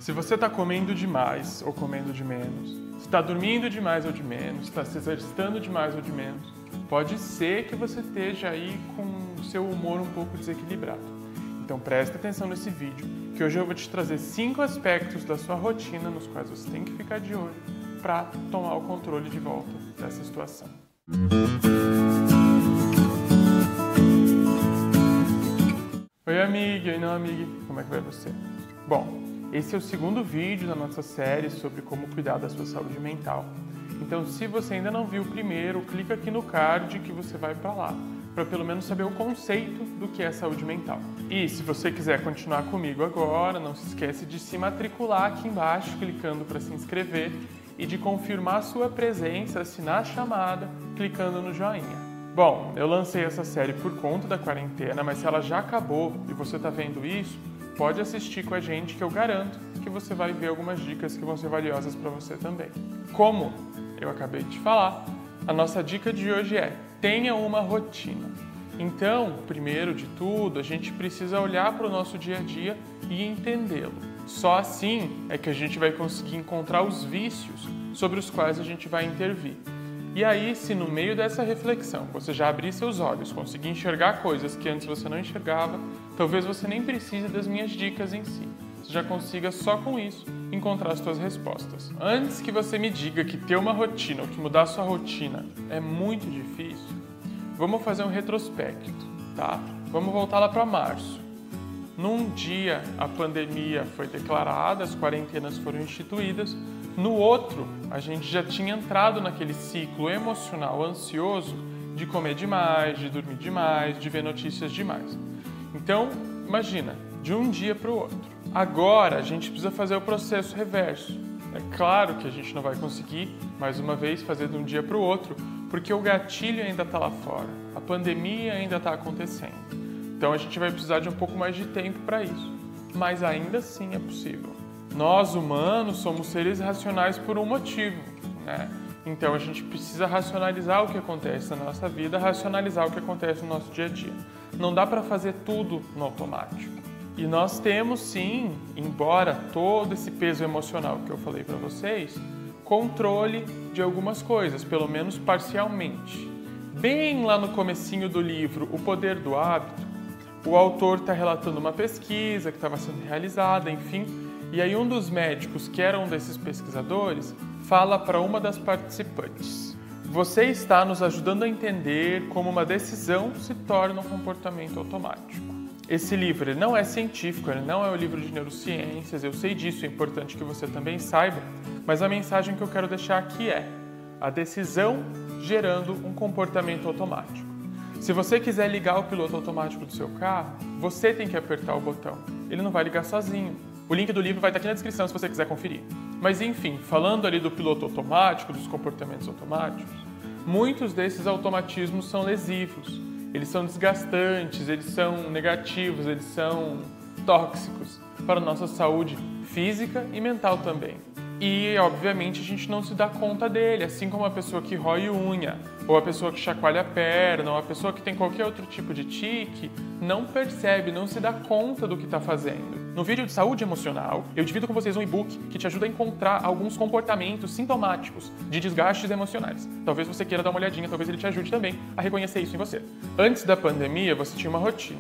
Se você está comendo demais ou comendo de menos, se está dormindo demais ou de menos, está se exercitando demais ou de menos, pode ser que você esteja aí com o seu humor um pouco desequilibrado. Então presta atenção nesse vídeo, que hoje eu vou te trazer 5 aspectos da sua rotina nos quais você tem que ficar de olho para tomar o controle de volta dessa situação. Oi amiga, oi não amiga, como é que vai você? Bom, esse é o segundo vídeo da nossa série sobre como cuidar da sua saúde mental. Então, se você ainda não viu o primeiro, clica aqui no card que você vai para lá, para pelo menos saber o conceito do que é saúde mental. E se você quiser continuar comigo agora, não se esquece de se matricular aqui embaixo, clicando para se inscrever e de confirmar a sua presença, assinar a chamada, clicando no joinha. Bom, eu lancei essa série por conta da quarentena, mas se ela já acabou e você está vendo isso, pode assistir com a gente que eu garanto que você vai ver algumas dicas que vão ser valiosas para você também. Como eu acabei de falar, a nossa dica de hoje é: tenha uma rotina. Então, primeiro de tudo, a gente precisa olhar para o nosso dia a dia e entendê-lo. Só assim é que a gente vai conseguir encontrar os vícios sobre os quais a gente vai intervir. E aí, se no meio dessa reflexão você já abrir seus olhos, conseguir enxergar coisas que antes você não enxergava, talvez você nem precise das minhas dicas em si. Você já consiga só com isso encontrar as suas respostas. Antes que você me diga que ter uma rotina ou que mudar a sua rotina é muito difícil, vamos fazer um retrospecto, tá? Vamos voltar lá para março. Num dia a pandemia foi declarada, as quarentenas foram instituídas. No outro, a gente já tinha entrado naquele ciclo emocional ansioso de comer demais, de dormir demais, de ver notícias demais. Então, imagina, de um dia para o outro. Agora, a gente precisa fazer o processo reverso. É claro que a gente não vai conseguir, mais uma vez, fazer de um dia para o outro, porque o gatilho ainda está lá fora, a pandemia ainda está acontecendo. Então, a gente vai precisar de um pouco mais de tempo para isso. Mas ainda assim é possível. Nós, humanos, somos seres racionais por um motivo, né? Então, a gente precisa racionalizar o que acontece na nossa vida, racionalizar o que acontece no nosso dia a dia. Não dá para fazer tudo no automático. E nós temos, sim, embora todo esse peso emocional que eu falei para vocês, controle de algumas coisas, pelo menos parcialmente. Bem lá no comecinho do livro O Poder do Hábito, o autor está relatando uma pesquisa que estava sendo realizada, enfim. E aí um dos médicos, que era um desses pesquisadores, fala para uma das participantes: você está nos ajudando a entender como uma decisão se torna um comportamento automático. Esse livro ele não é científico, ele não é um livro de neurociências, eu sei disso, é importante que você também saiba, mas a mensagem que eu quero deixar aqui é: a decisão gerando um comportamento automático. Se você quiser ligar o piloto automático do seu carro, você tem que apertar o botão, ele não vai ligar sozinho. O link do livro vai estar aqui na descrição se você quiser conferir. Mas enfim, falando ali do piloto automático, dos comportamentos automáticos, muitos desses automatismos são lesivos, eles são desgastantes, eles são negativos, eles são tóxicos para a nossa saúde física e mental também. E, obviamente, a gente não se dá conta dele, assim como a pessoa que rói unha, ou a pessoa que chacoalha a perna, ou a pessoa que tem qualquer outro tipo de tique, não percebe, não se dá conta do que está fazendo. No vídeo de saúde emocional, eu divido com vocês um e-book que te ajuda a encontrar alguns comportamentos sintomáticos de desgastes emocionais. Talvez você queira dar uma olhadinha, talvez ele te ajude também a reconhecer isso em você. Antes da pandemia, você tinha uma rotina,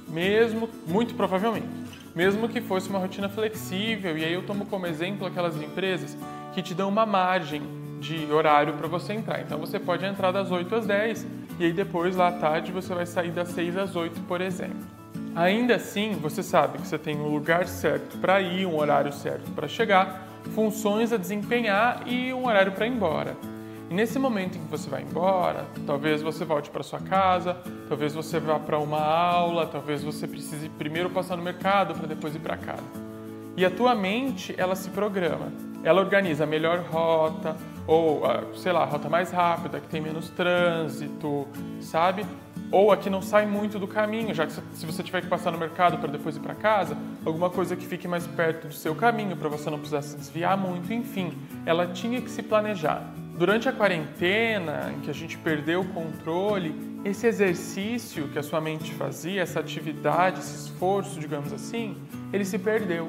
muito provavelmente, mesmo que fosse uma rotina flexível, e aí eu tomo como exemplo aquelas empresas que te dão uma margem de horário para você entrar. Então você pode entrar das 8 às 10 e aí depois lá à tarde você vai sair das 6 às 8, por exemplo. Ainda assim, você sabe que você tem um lugar certo para ir, um horário certo para chegar, funções a desempenhar e um horário para ir embora. E nesse momento em que você vai embora, talvez você volte para sua casa, talvez você vá para uma aula, talvez você precise primeiro passar no mercado para depois ir para casa. E a tua mente, ela se programa. Ela organiza a melhor rota, ou, sei lá, a rota mais rápida, que tem menos trânsito, sabe? Ou a que não sai muito do caminho, já que se você tiver que passar no mercado para depois ir para casa, alguma coisa que fique mais perto do seu caminho, para você não precisar se desviar muito, enfim. Ela tinha que se planejar. Durante a quarentena, em que a gente perdeu o controle, esse exercício que a sua mente fazia, essa atividade, esse esforço, digamos assim, ele se perdeu.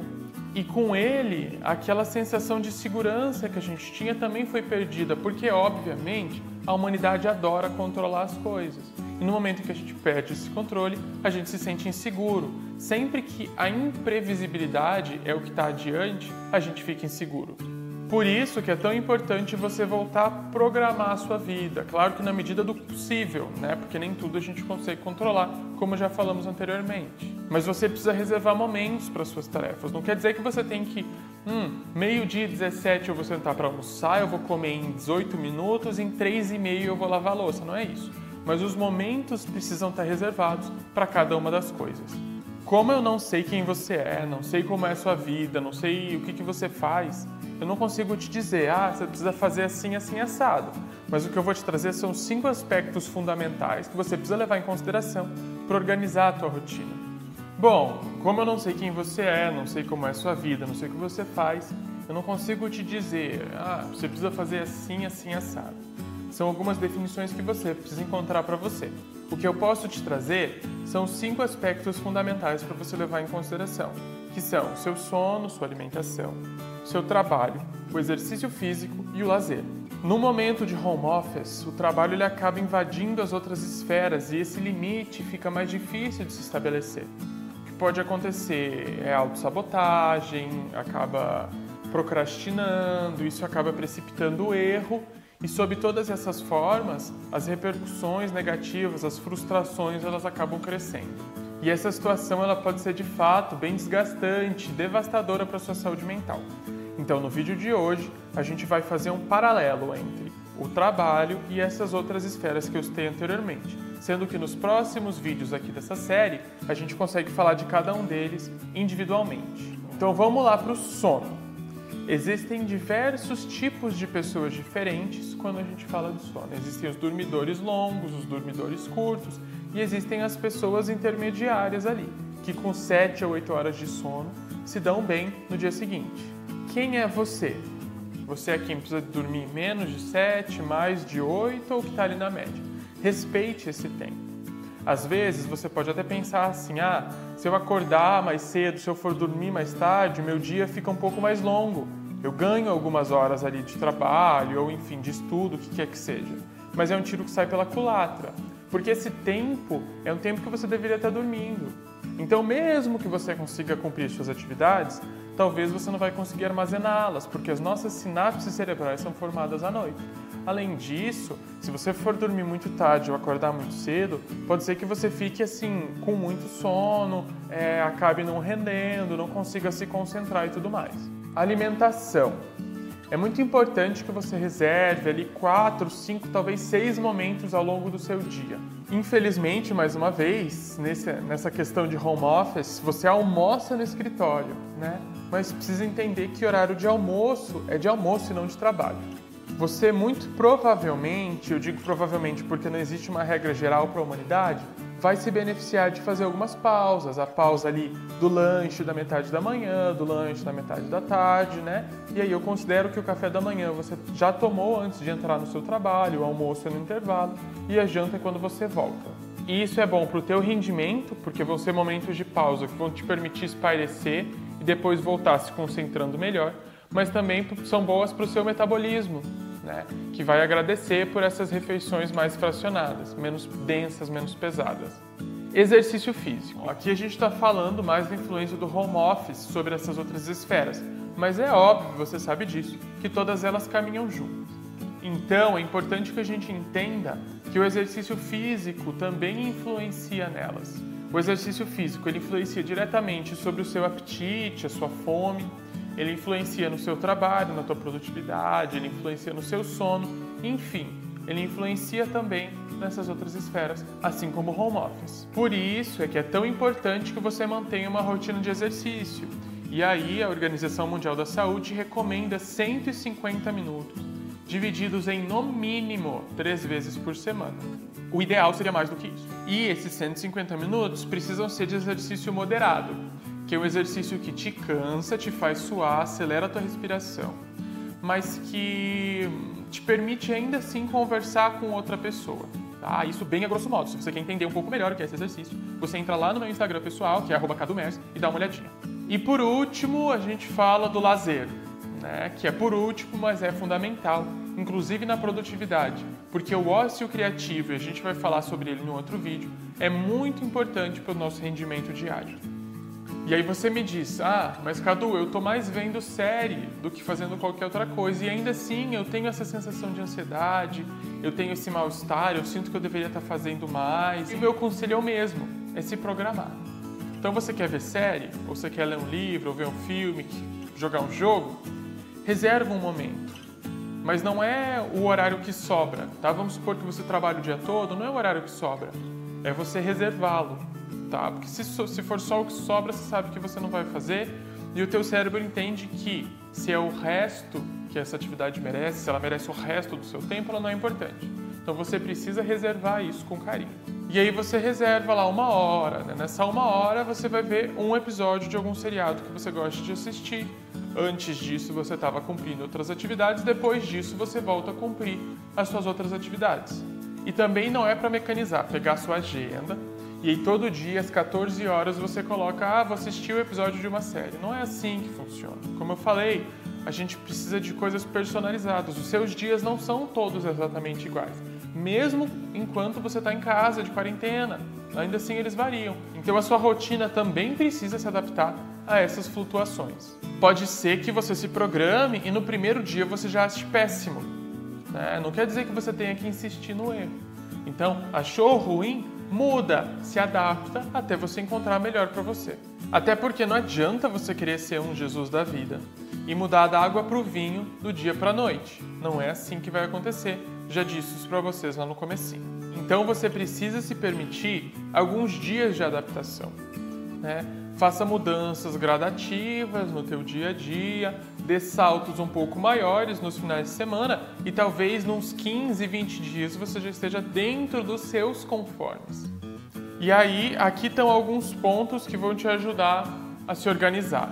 E com ele, aquela sensação de segurança que a gente tinha também foi perdida, porque, obviamente, a humanidade adora controlar as coisas. E no momento em que a gente perde esse controle, a gente se sente inseguro. Sempre que a imprevisibilidade é o que está adiante, a gente fica inseguro. Por isso que é tão importante você voltar a programar a sua vida. Claro que na medida do possível, né? Porque nem tudo a gente consegue controlar, como já falamos anteriormente. Mas você precisa reservar momentos para suas tarefas. Não quer dizer que você tem que, meio-dia 17 eu vou sentar para almoçar, eu vou comer em 18 minutos, em 3h30 eu vou lavar a louça. Não é isso. Mas os momentos precisam estar reservados para cada uma das coisas. Como eu não sei quem você é, não sei como é a sua vida, não sei o que você faz, eu não consigo te dizer, você precisa fazer assim, assim, assado. Mas o que eu vou te trazer são 5 aspectos fundamentais que você precisa levar em consideração para organizar a tua rotina. Bom, como eu não sei quem você é, não sei como é a sua vida, não sei o que você faz, eu não consigo te dizer, você precisa fazer assim, assim, assado. São algumas definições que você precisa encontrar para você. O que eu posso te trazer são 5 aspectos fundamentais para você levar em consideração, que são seu sono, sua alimentação, seu trabalho, o exercício físico e o lazer. No momento de home office, o trabalho ele acaba invadindo as outras esferas e esse limite fica mais difícil de se estabelecer. O que pode acontecer é autossabotagem, acaba procrastinando, isso acaba precipitando o erro. E sob todas essas formas, as repercussões negativas, as frustrações, elas acabam crescendo. E essa situação ela pode ser de fato bem desgastante, devastadora para a sua saúde mental. Então, no vídeo de hoje, a gente vai fazer um paralelo entre o trabalho e essas outras esferas que eu citei anteriormente, sendo que nos próximos vídeos aqui dessa série, a gente consegue falar de cada um deles individualmente. Então, vamos lá para o sono. Existem diversos tipos de pessoas diferentes quando a gente fala de sono. Existem os dormidores longos, os dormidores curtos e existem as pessoas intermediárias ali, que com 7 a 8 horas de sono se dão bem no dia seguinte. Quem é você? Você é quem precisa dormir menos de 7, mais de 8 ou que está ali na média? Respeite esse tempo. Às vezes você pode até pensar assim, se eu acordar mais cedo, se eu for dormir mais tarde, o meu dia fica um pouco mais longo. Eu ganho algumas horas ali de trabalho ou enfim, de estudo, o que quer que seja. Mas é um tiro que sai pela culatra, porque esse tempo é um tempo que você deveria estar dormindo. Então mesmo que você consiga cumprir suas atividades, talvez você não vai conseguir armazená-las, porque as nossas sinapses cerebrais são formadas à noite. Além disso, se você for dormir muito tarde ou acordar muito cedo, pode ser que você fique assim, com muito sono, acabe não rendendo, não consiga se concentrar e tudo mais. Alimentação. É muito importante que você reserve ali 4, 5, talvez 6 momentos ao longo do seu dia. Infelizmente, mais uma vez, nessa questão de home office, você almoça no escritório, né? Mas precisa entender que horário de almoço é de almoço e não de trabalho. Você muito provavelmente, eu digo provavelmente porque não existe uma regra geral para a humanidade, vai se beneficiar de fazer algumas pausas. A pausa ali do lanche da metade da manhã, do lanche da metade da tarde, né? E aí eu considero que o café da manhã você já tomou antes de entrar no seu trabalho, o almoço é no intervalo e a janta é quando você volta. E isso é bom para o teu rendimento, porque vão ser momentos de pausa que vão te permitir espairecer e depois voltar se concentrando melhor, mas também são boas para o seu metabolismo, né? Que vai agradecer por essas refeições mais fracionadas, menos densas, menos pesadas. Exercício físico. Aqui a gente está falando mais da influência do home office sobre essas outras esferas, mas é óbvio, você sabe disso, que todas elas caminham juntas. Então é importante que a gente entenda que o exercício físico também influencia nelas. O exercício físico ele influencia diretamente sobre o seu apetite, a sua fome, ele influencia no seu trabalho, na tua produtividade, ele influencia no seu sono, enfim, ele influencia também nessas outras esferas, assim como o home office. Por isso é que é tão importante que você mantenha uma rotina de exercício. E aí a Organização Mundial da Saúde recomenda 150 minutos, divididos em no mínimo 3 vezes por semana. O ideal seria mais do que isso. E esses 150 minutos precisam ser de exercício moderado, que é um exercício que te cansa, te faz suar, acelera a tua respiração, mas que te permite ainda assim conversar com outra pessoa. Tá? Isso bem a grosso modo. Se você quer entender um pouco melhor o que é esse exercício, você entra lá no meu Instagram pessoal, que é @cadumerce, e dá uma olhadinha. E por último, a gente fala do lazer, né? Que é por último, mas é fundamental, inclusive na produtividade, porque o ócio criativo, e a gente vai falar sobre ele no outro vídeo, é muito importante para o nosso rendimento diário. E aí você me diz, mas Cadu, eu tô mais vendo série do que fazendo qualquer outra coisa, e ainda assim eu tenho essa sensação de ansiedade, eu tenho esse mal-estar, eu sinto que eu deveria estar fazendo mais, e o meu conselho é o mesmo, é se programar. Então você quer ver série, ou você quer ler um livro, ou ver um filme, jogar um jogo, reserva um momento. Mas não é o horário que sobra, tá? Vamos supor que você trabalha o dia todo, não é o horário que sobra, é você reservá-lo. Tá? Porque se for só o que sobra, você sabe que você não vai fazer e o teu cérebro entende que se é o resto que essa atividade merece, se ela merece o resto do seu tempo, ela não é importante. Então você precisa reservar isso com carinho. E aí você reserva lá 1 hora, né? Nessa 1 hora você vai ver um episódio de algum seriado que você gosta de assistir. Antes disso você estava cumprindo outras atividades, depois disso você volta a cumprir as suas outras atividades. E também não é para mecanizar, pegar a sua agenda e aí todo dia às 14 horas você coloca, vou assistir o episódio de uma série. Não é assim que funciona. Como eu falei, a gente precisa de coisas personalizadas. Os seus dias não são todos exatamente iguais. Mesmo enquanto você está em casa, de quarentena, ainda assim eles variam. Então a sua rotina também precisa se adaptar a essas flutuações. Pode ser que você se programe e no primeiro dia você já ache péssimo, né? Não quer dizer que você tenha que insistir no erro. Então, achou ruim? Muda, se adapta até você encontrar melhor para você. Até porque não adianta você querer ser um Jesus da vida e mudar da água para o vinho do dia para a noite. Não é assim que vai acontecer. Já disse isso para vocês lá no comecinho. Então você precisa se permitir alguns dias de adaptação, né? Faça mudanças gradativas no teu dia a dia, dê saltos um pouco maiores nos finais de semana e talvez nos 15, 20 dias você já esteja dentro dos seus conformes. E aí, aqui estão alguns pontos que vão te ajudar a se organizar.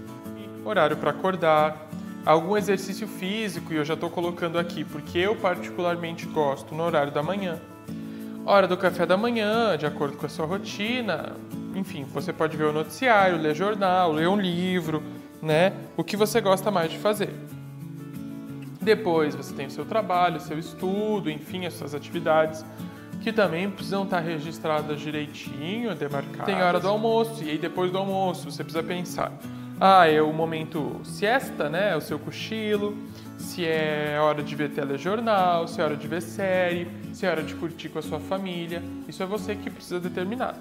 Horário para acordar, algum exercício físico, e eu já estou colocando aqui porque eu particularmente gosto no horário da manhã. Hora do café da manhã, de acordo com a sua rotina. Enfim, você pode ver o noticiário, ler jornal, ler um livro, né? O que você gosta mais de fazer. Depois você tem o seu trabalho, o seu estudo, enfim, as suas atividades, que também precisam estar registradas direitinho, demarcadas. Tem a hora do almoço, e aí depois do almoço você precisa pensar. É o momento siesta, né? O seu cochilo, se é hora de ver telejornal, se é hora de ver série, se é hora de curtir com a sua família. Isso é você que precisa determinar.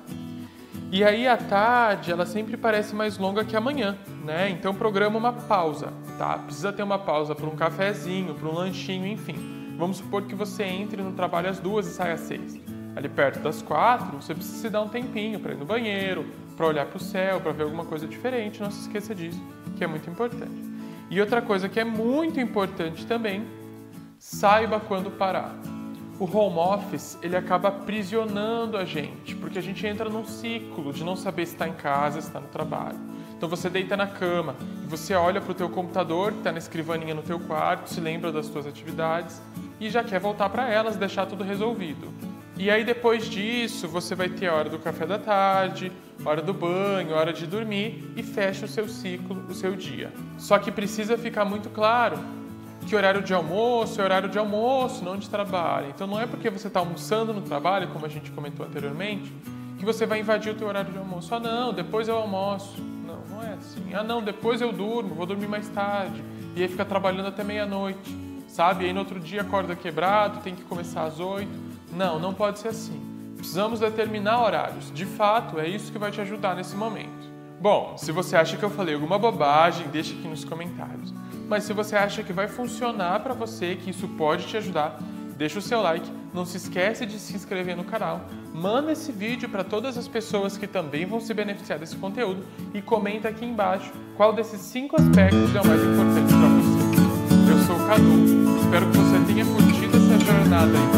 E aí a tarde, ela sempre parece mais longa que a manhã, né? Então programa uma pausa, tá? Precisa ter uma pausa para um cafezinho, para um lanchinho, enfim. Vamos supor que você entre no trabalho às 2 e saia às 6. Ali perto das 4, você precisa se dar um tempinho para ir no banheiro, para olhar para o céu, para ver alguma coisa diferente. Não se esqueça disso, que é muito importante. E outra coisa que é muito importante também, saiba quando parar. O home office, ele acaba aprisionando a gente, porque a gente entra num ciclo de não saber se está em casa, se está no trabalho. Então você deita na cama e você olha para o teu computador, que está na escrivaninha no teu quarto, se lembra das tuas atividades e já quer voltar para elas, deixar tudo resolvido. E aí depois disso, você vai ter a hora do café da tarde, hora do banho, hora de dormir e fecha o seu ciclo, o seu dia. Só que precisa ficar muito claro que horário de almoço é horário de almoço, não de trabalho. Então não é porque você está almoçando no trabalho, como a gente comentou anteriormente, que você vai invadir o teu horário de almoço. Não, depois eu almoço. Não é assim. Não, depois eu durmo, vou dormir mais tarde. E aí fica trabalhando até meia-noite, sabe? E aí no outro dia acorda quebrado, tem que começar às 8. Não pode ser assim. Precisamos determinar horários. De fato, é isso que vai te ajudar nesse momento. Bom, se você acha que eu falei alguma bobagem, deixa aqui nos comentários. Mas se você acha que vai funcionar para você, que isso pode te ajudar, deixa o seu like, não se esquece de se inscrever no canal, manda esse vídeo para todas as pessoas que também vão se beneficiar desse conteúdo e comenta aqui embaixo qual desses 5 aspectos é o mais importante para você. Eu sou o Cadu, espero que você tenha curtido essa jornada aí